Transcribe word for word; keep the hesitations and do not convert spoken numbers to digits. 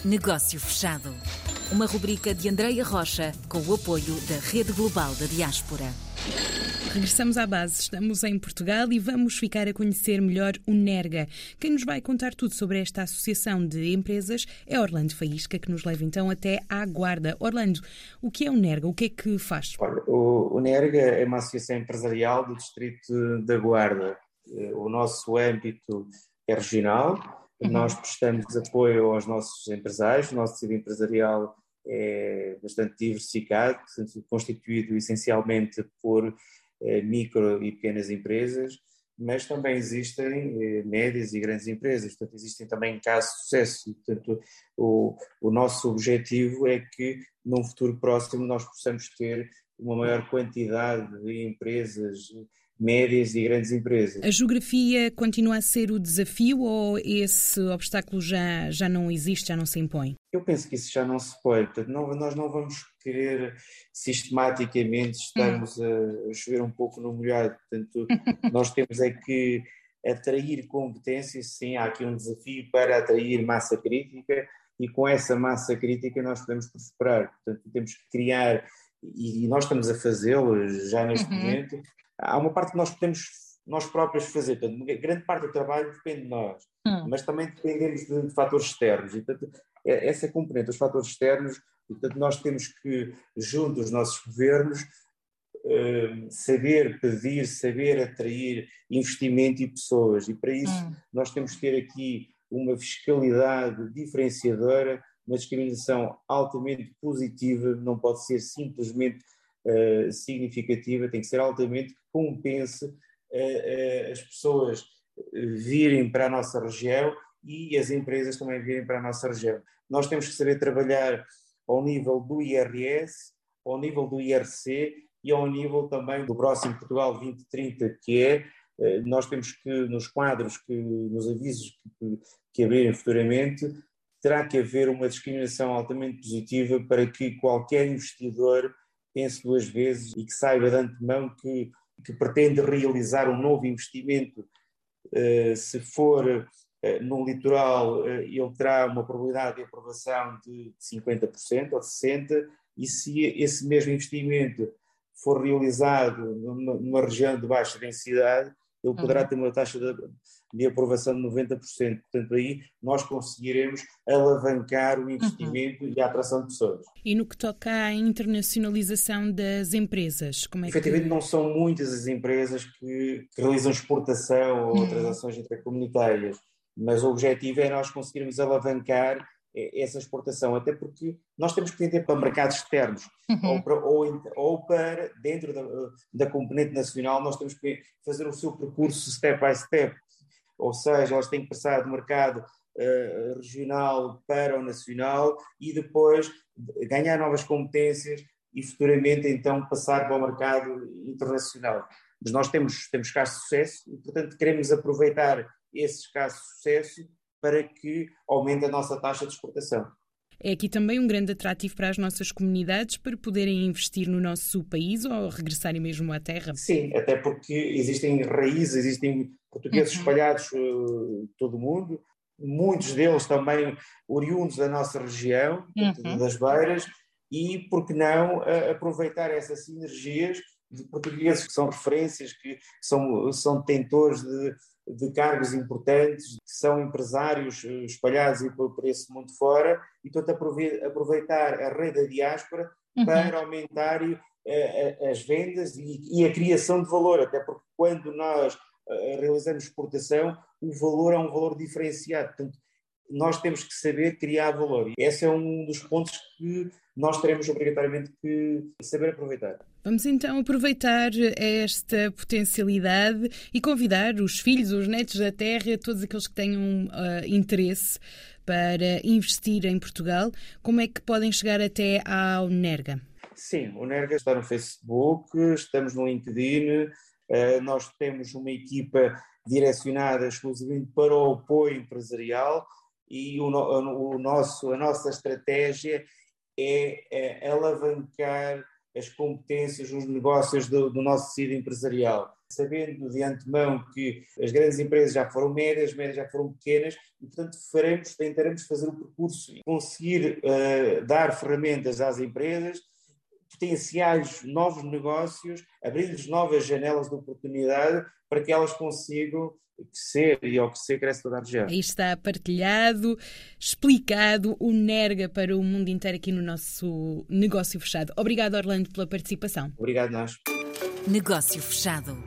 Negócio Fechado. Uma rubrica de Andreia Rocha com o apoio da Rede Global da Diaspora. Regressamos à base, estamos em Portugal e vamos ficar a conhecer melhor o Nerga. Quem nos vai contar tudo sobre esta associação de empresas é Orlando Faísca, que nos leva então até à Guarda. Orlando, o que é o Nerga? O que é que faz? Olha, o, o Nerga é uma associação empresarial do distrito da Guarda. O nosso âmbito é regional. Uhum. Nós prestamos apoio aos nossos empresários. O nosso tecido empresarial é bastante diversificado, constituído essencialmente por eh, micro e pequenas empresas, mas também existem eh, médias e grandes empresas, portanto existem também casos de sucesso. Portanto, o, o nosso objetivo é que num futuro próximo nós possamos ter uma maior quantidade de empresas médias e grandes empresas. A geografia continua a ser o desafio ou esse obstáculo já, já não existe, já não se impõe? Eu penso que isso já não se põe. Portanto, não, nós não vamos querer sistematicamente estarmos a chover um pouco no molhado. Portanto, nós temos é que atrair competências. Sim, há aqui um desafio para atrair massa crítica e com essa massa crítica nós podemos prosperar. Portanto, temos que criar, e nós estamos a fazê-lo já neste uhum. momento. Há uma parte que nós podemos nós próprios fazer, portanto, grande parte do trabalho depende de nós, hum. mas também dependemos de, de fatores externos, e portanto, essa componente, os fatores externos, e, portanto, nós temos que, junto dos nossos governos, eh, saber pedir, saber atrair investimento e pessoas, e para isso hum. nós temos que ter aqui uma fiscalidade diferenciadora, uma discriminação altamente positiva, não pode ser simplesmente Uh, significativa, tem que ser altamente que compense uh, uh, as pessoas virem para a nossa região e as empresas também virem para a nossa região. Nós temos que saber trabalhar ao nível do I R S, ao nível do I R C e ao nível também do próximo Portugal vinte trinta, que é, uh, nós temos que, nos quadros, que, nos avisos que, que abrirem futuramente, terá que haver uma discriminação altamente positiva para que qualquer investidor pense duas vezes e que saiba de antemão que, que pretende realizar um novo investimento. Uh, se for uh, no litoral, uh, ele terá uma probabilidade de aprovação de cinquenta por cento ou de sessenta por cento, e se esse mesmo investimento for realizado numa, numa região de baixa densidade, ele poderá ter uma taxa de, de aprovação de noventa por cento. Portanto, aí nós conseguiremos alavancar o investimento uhum. e a atração de pessoas. E no que toca à internacionalização das empresas, como é Efetivamente, que... não são muitas as empresas que, que realizam exportação ou outras ações intracomunitárias, mas o objetivo é nós conseguirmos alavancar essa exportação, até porque nós temos que vender para mercados externos, uhum. ou, para, ou, ou para dentro da, da componente nacional, nós temos que fazer o seu percurso step by step, ou seja, elas têm que passar do mercado uh, regional para o nacional e depois ganhar novas competências e futuramente então passar para o mercado internacional. Mas nós temos, temos casos de sucesso e, portanto, queremos aproveitar esses casos de sucesso para que aumente a nossa taxa de exportação. É aqui também um grande atrativo para as nossas comunidades para poderem investir no nosso país ou regressarem mesmo à terra? Sim, até porque existem raízes, existem portugueses uhum. espalhados uh, todo o mundo, muitos deles também oriundos da nossa região, uhum. das Beiras, e por que não uh, aproveitar essas sinergias de portugueses que são referências, que são, são detentores de de cargos importantes, que são empresários espalhados por, por esse mundo fora, e portanto aproveitar a rede da diáspora uhum. para aumentar uh, as vendas e, e a criação de valor, até porque quando nós uh, realizamos exportação, o valor é um valor diferenciado, portanto nós temos que saber criar valor. E esse é um dos pontos que nós teremos obrigatoriamente que saber aproveitar. Vamos então aproveitar esta potencialidade e convidar os filhos, os netos da terra, todos aqueles que tenham uh, interesse para investir em Portugal. Como é que podem chegar até ao Nerga? Sim, o Nerga está no Facebook, estamos no LinkedIn, uh, nós temos uma equipa direcionada exclusivamente para o apoio empresarial e o, o nosso, a nossa estratégia é, é alavancar as competências nos negócios do, do nosso tecido empresarial. sabendo de antemão que as grandes empresas já foram médias, as médias já foram pequenas, e portanto faremos, tentaremos fazer o percurso e conseguir uh, dar ferramentas às empresas, potenciais novos negócios, abrir-lhes novas janelas de oportunidade para que elas consigam crescer, e ao crescer cresce toda a região. Aí está partilhado, explicado o Nerga para o mundo inteiro aqui no nosso Negócio Fechado. Obrigado, Orlando, pela participação. Obrigado, nós. Negócio Fechado.